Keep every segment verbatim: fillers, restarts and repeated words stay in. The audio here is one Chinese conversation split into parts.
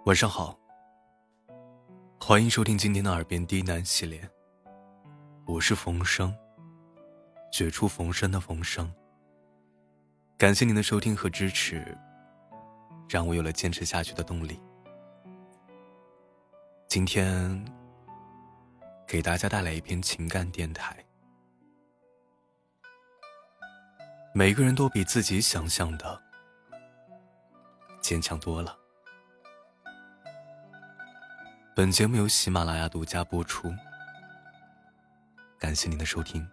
晚上好，欢迎收听今天的耳边低喃系列，我是冯生，绝处逢生的冯生。感谢您的收听和支持，让我有了坚持下去的动力。今天给大家带来一篇情感电台。每个人都比自己想象的坚强多了。本节目由喜马拉雅独家播出，感谢您的收听。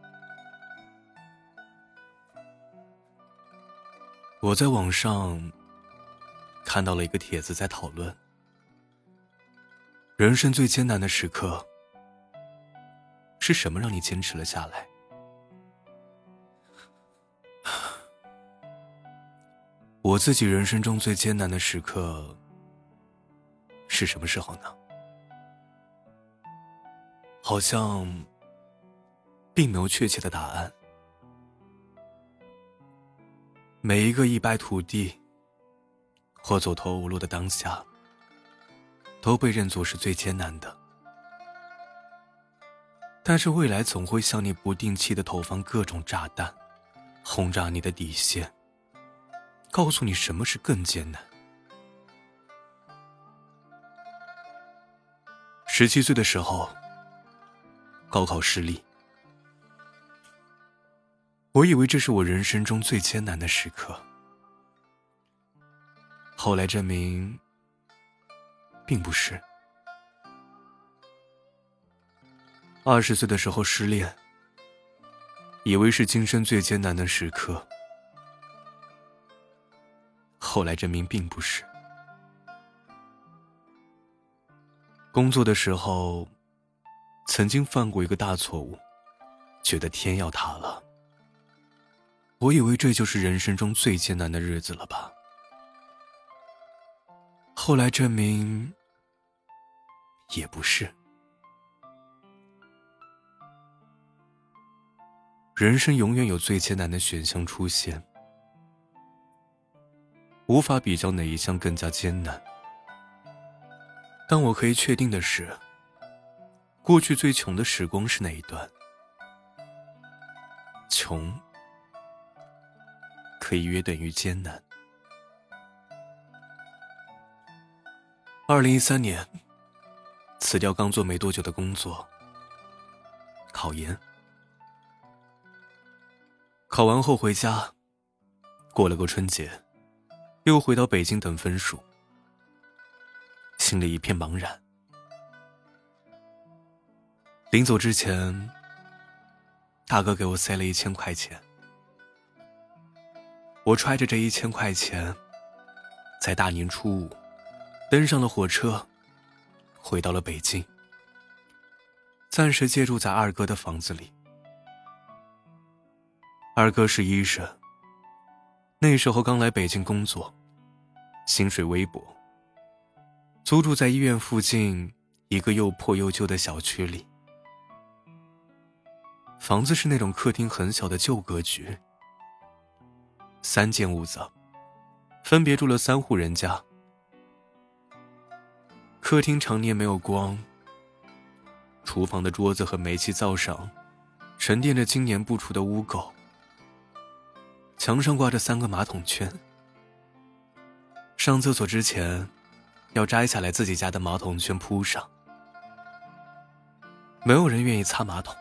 我在网上看到了一个帖子，在讨论人生最艰难的时刻是什么让你坚持了下来。我自己人生中最艰难的时刻是什么时候呢？好像并没有确切的答案。每一个一败涂地或走投无路的当下，都被认作是最艰难的。但是未来总会向你不定期地投放各种炸弹，轰炸你的底线，告诉你什么是更艰难。十七岁的时候，高考失利，我以为这是我人生中最艰难的时刻，后来证明并不是。二十岁的时候失恋，以为是今生最艰难的时刻，后来证明并不是。工作的时候曾经犯过一个大错误，觉得天要塌了，我以为这就是人生中最艰难的日子了吧，后来证明也不是。人生永远有最艰难的选项出现，无法比较哪一项更加艰难。但我可以确定的是，过去最穷的时光是哪一段？穷可以约等于艰难。二零一三年，辞掉刚做没多久的工作，考研。考完后回家，过了个春节，又回到北京等分数，心里一片茫然。临走之前，大哥给我塞了一千块钱，我揣着这一千块钱，在大年初五登上了火车，回到了北京，暂时借住在二哥的房子里。二哥是医生，那时候刚来北京工作，薪水微薄，租住在医院附近一个又破又旧的小区里。房子是那种客厅很小的旧格局，三间屋子，分别住了三户人家。客厅常年没有光，厨房的桌子和煤气灶上沉淀着今年不除的污垢，墙上挂着三个马桶圈，上厕所之前要摘下来自己家的马桶圈铺上。没有人愿意擦马桶。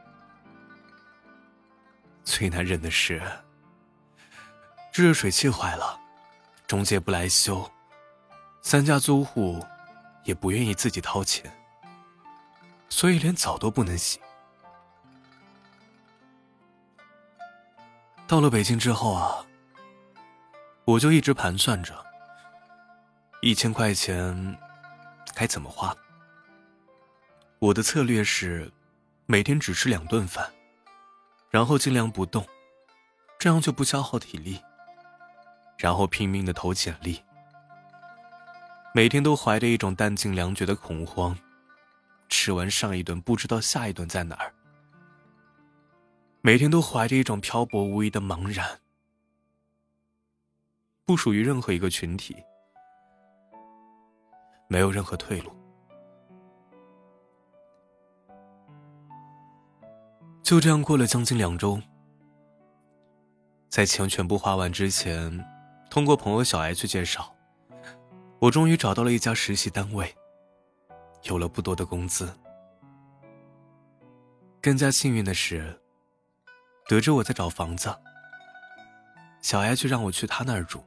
最难忍的是，热水器坏了，中介不来修，三家租户也不愿意自己掏钱，所以连澡都不能洗。到了北京之后啊，我就一直盘算着一千块钱该怎么花。我的策略是每天只吃两顿饭，然后尽量不动，这样就不消耗体力，然后拼命地投简历。每天都怀着一种弹尽粮绝的恐慌，吃完上一顿不知道下一顿在哪儿，每天都怀着一种漂泊无依的茫然，不属于任何一个群体。 没有任何退路。就这样过了将近两周，在钱全部花完之前，通过朋友小 H 介绍，我终于找到了一家实习单位，有了不多的工资。更加幸运的是，得知我在找房子，小 H 让我去他那儿住。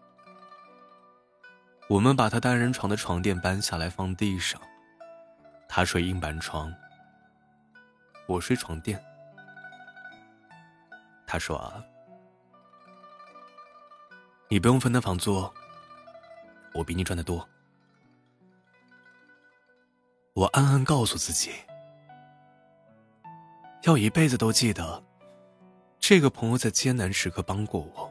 我们把他单人床的床垫搬下来放地上，他睡硬板床，我睡床垫。他说啊，你不用分担房租，我比你赚得多。我暗暗告诉自己，要一辈子都记得这个朋友在艰难时刻帮过我。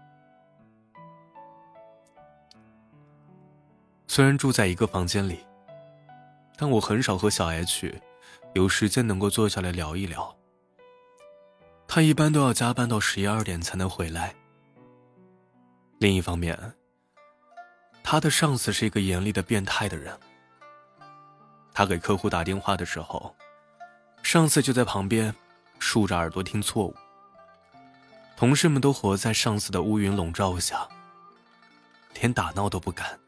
虽然住在一个房间里，但我很少和小 H 有时间能够坐下来聊一聊。他一般都要加班到十一二点才能回来。另一方面，他的上司是一个严厉的变态的人。他给客户打电话的时候，上司就在旁边竖着耳朵听错误。同事们都活在上司的乌云笼罩下，连打闹都不敢。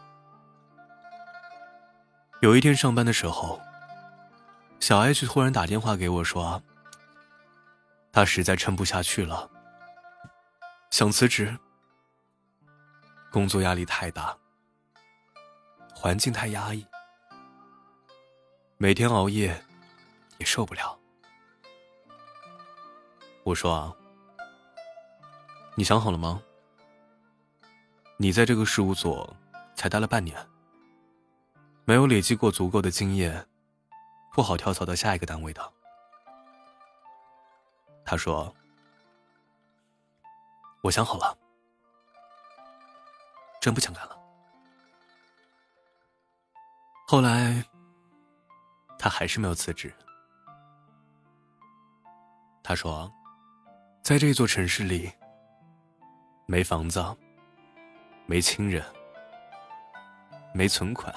有一天上班的时候，小 H 突然打电话给我说，他实在撑不下去了，想辞职。工作压力太大，环境太压抑，每天熬夜也受不了。我说啊，你想好了吗？你在这个事务所才待了半年，没有累积过足够的经验，不好跳槽到下一个单位的。他说，我想好了，真不想干了。后来他还是没有辞职。他说，在这座城市里，没房子，没亲人，没存款，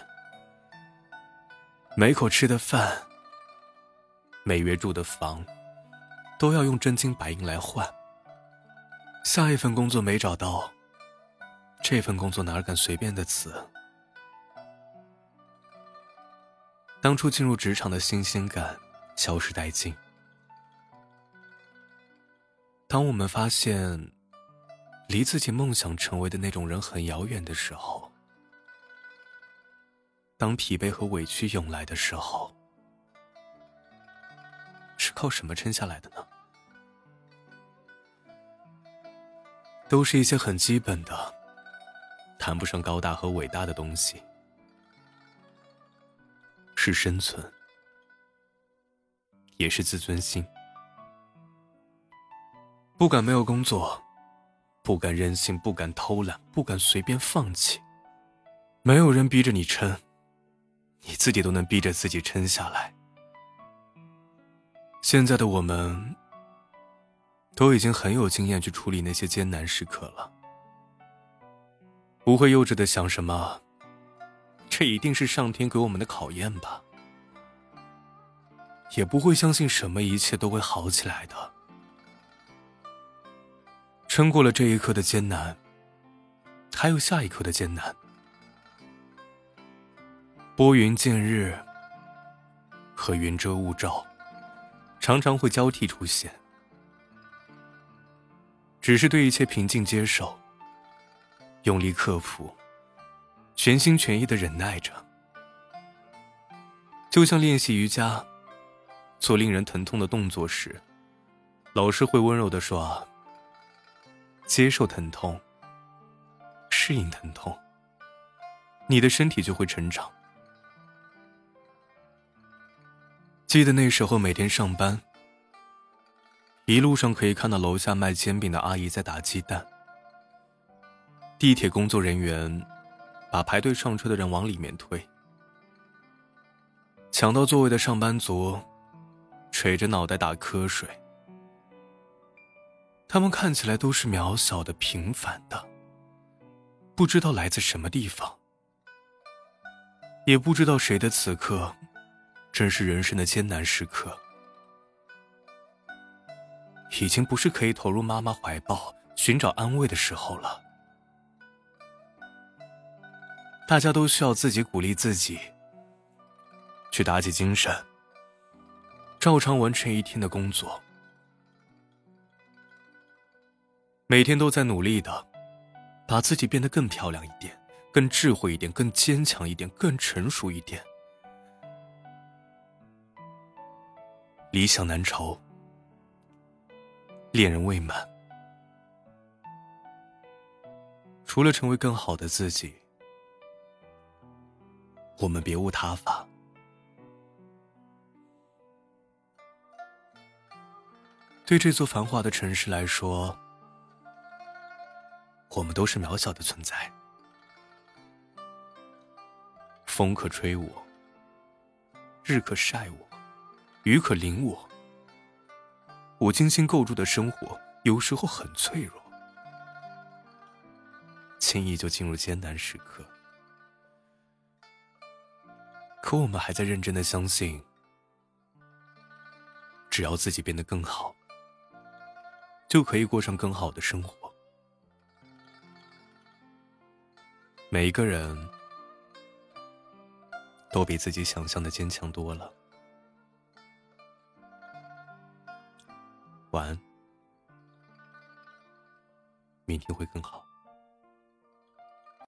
每口吃的饭，每月住的房，都要用真金白银来换。下一份工作没找到，这份工作哪敢随便的辞？当初进入职场的新鲜感消失殆尽。当我们发现离自己梦想成为的那种人很遥远的时候，当疲惫和委屈涌来的时候，是靠什么撑下来的呢？都是一些很基本的，谈不上高大和伟大的东西，是生存，也是自尊心。不敢没有工作，不敢任性，不敢偷懒，不敢随便放弃。没有人逼着你撑，你自己都能逼着自己撑下来。现在的我们都已经很有经验去处理那些艰难时刻了，不会幼稚的想什么这一定是上天给我们的考验吧，也不会相信什么一切都会好起来的。撑过了这一刻的艰难，还有下一刻的艰难。拨云见日和云遮雾罩常常会交替出现，只是对一切平静接受，用力克服，全心全意地忍耐着。就像练习瑜伽，做令人疼痛的动作时，老师会温柔地说，接受疼痛，适应疼痛，你的身体就会成长。记得那时候每天上班，一路上可以看到楼下卖煎饼的阿姨在打鸡蛋，地铁工作人员把排队上车的人往里面推，抢到座位的上班族垂着脑袋打瞌睡。他们看起来都是渺小的、平凡的，不知道来自什么地方， 也不知道谁的此刻正是人生的艰难时刻。已经不是可以投入妈妈怀抱寻找安慰的时候了。大家都需要自己鼓励自己，去打起精神，照常完成一天的工作。每天都在努力的把自己变得更漂亮一点，更智慧一点，更坚强一点，更成熟一点。理想难酬，恋人未满，除了成为更好的自己，我们别无他法。对这座繁华的城市来说，我们都是渺小的存在。风可吹我，日可晒我，雨可淋我。我精心构筑的生活有时候很脆弱，轻易就进入艰难时刻。可我们还在认真的相信，只要自己变得更好，就可以过上更好的生活。每一个人都比自己想象的坚强多了。晚安，明天会更好。